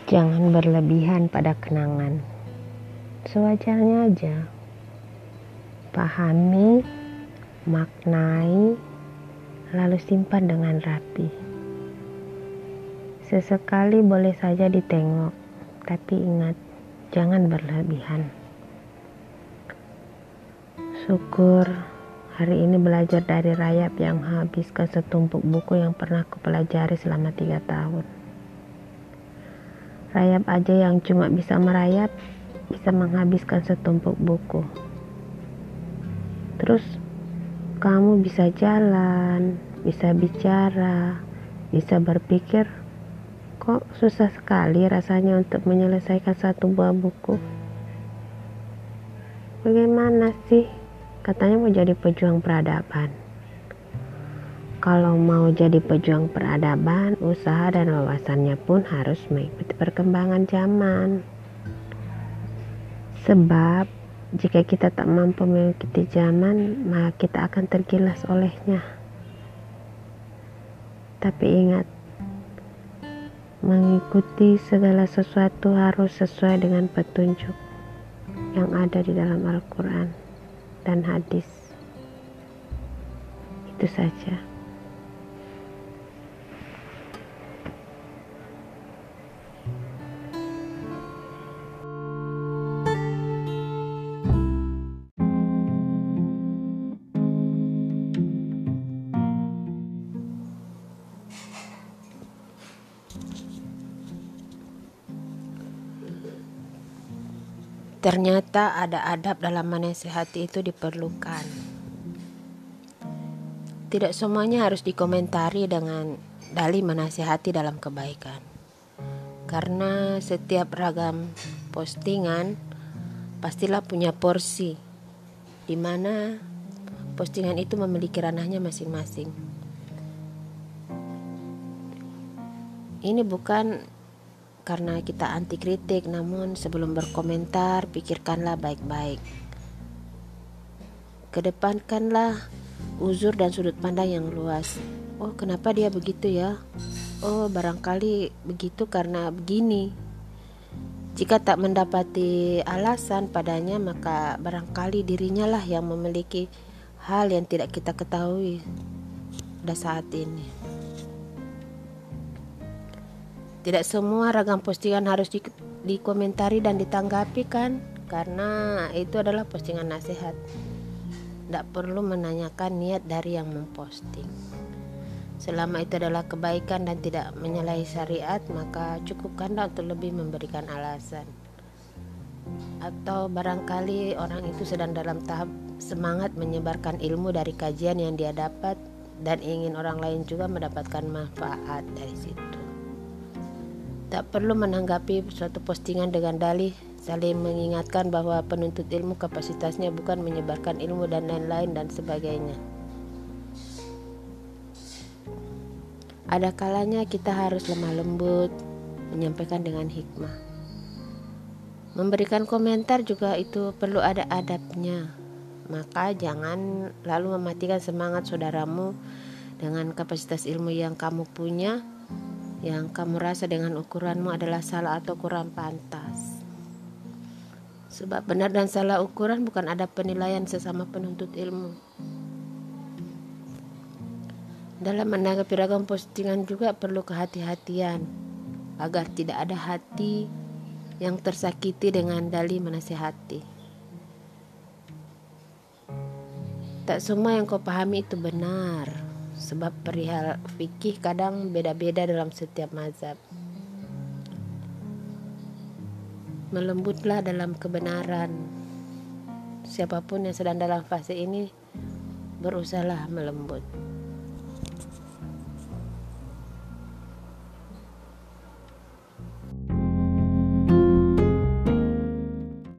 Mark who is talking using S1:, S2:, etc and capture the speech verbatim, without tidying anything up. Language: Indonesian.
S1: Jangan berlebihan pada kenangan. Sewajarnya aja. Pahami, maknai, lalu simpan dengan rapi. Sesekali boleh saja ditengok, tapi ingat, jangan berlebihan. Syukur hari ini belajar dari rayap yang menghabiskan setumpuk buku yang pernah kupelajari selama tiga tahun. Rayap aja yang cuma bisa merayap, bisa menghabiskan setumpuk buku. Terus kamu bisa jalan, bisa bicara, bisa berpikir. Kok susah sekali rasanya untuk menyelesaikan satu buah buku? Bagaimana sih? Katanya mau jadi pejuang peradaban. Kalau mau jadi pejuang peradaban, usaha dan wawasannya pun harus mengikuti perkembangan zaman. Sebab, jika kita tak mampu mengikuti zaman, maka kita akan tergilas olehnya. Tapi ingat, mengikuti segala sesuatu harus sesuai dengan petunjuk yang ada di dalam Al-Quran dan hadis. Itu saja.
S2: Ternyata ada adab dalam menasihati itu diperlukan. Tidak semuanya harus dikomentari dengan dalih menasihati dalam kebaikan. Karena setiap ragam postingan pastilah punya porsi, di mana postingan itu memiliki ranahnya masing-masing. Ini bukan karena kita anti kritik, namun sebelum berkomentar, pikirkanlah baik-baik. Kedepankanlah uzur dan sudut pandang yang luas. Oh, kenapa dia begitu ya? Oh, barangkali begitu karena begini. Jika tak mendapati alasan padanya, maka barangkali dirinya lah yang memiliki hal yang tidak kita ketahui pada saat ini. Tidak semua ragam postingan harus di, dikomentari dan ditanggapi kan, karena itu adalah postingan nasihat. Tidak perlu menanyakan niat dari yang memposting. Selama itu adalah kebaikan dan tidak menyalahi syariat, maka cukupkanlah untuk lebih memberikan alasan. Atau barangkali orang itu sedang dalam tahap semangat menyebarkan ilmu dari kajian yang dia dapat dan ingin orang lain juga mendapatkan manfaat dari situ. Tak perlu menanggapi suatu postingan dengan dalih saling mengingatkan bahwa penuntut ilmu kapasitasnya bukan menyebarkan ilmu dan lain-lain dan sebagainya. Ada kalanya kita harus lemah lembut, menyampaikan dengan hikmah. Memberikan komentar juga itu perlu ada adabnya. Maka jangan lalu mematikan semangat saudaramu dengan kapasitas ilmu yang kamu punya, yang kamu rasa dengan ukuranmu adalah salah atau kurang pantas. Sebab benar dan salah ukuran bukan ada penilaian sesama penuntut ilmu. Dalam menanggapi ragam postingan juga perlu kehati-hatian agar tidak ada hati yang tersakiti dengan dalih menasihati. Tak semua yang kau pahami itu benar. Sebab perihal fikih kadang beda-beda dalam setiap mazhab. Melembutlah dalam kebenaran. Siapapun yang sedang dalam fase ini, berusahalah melembut.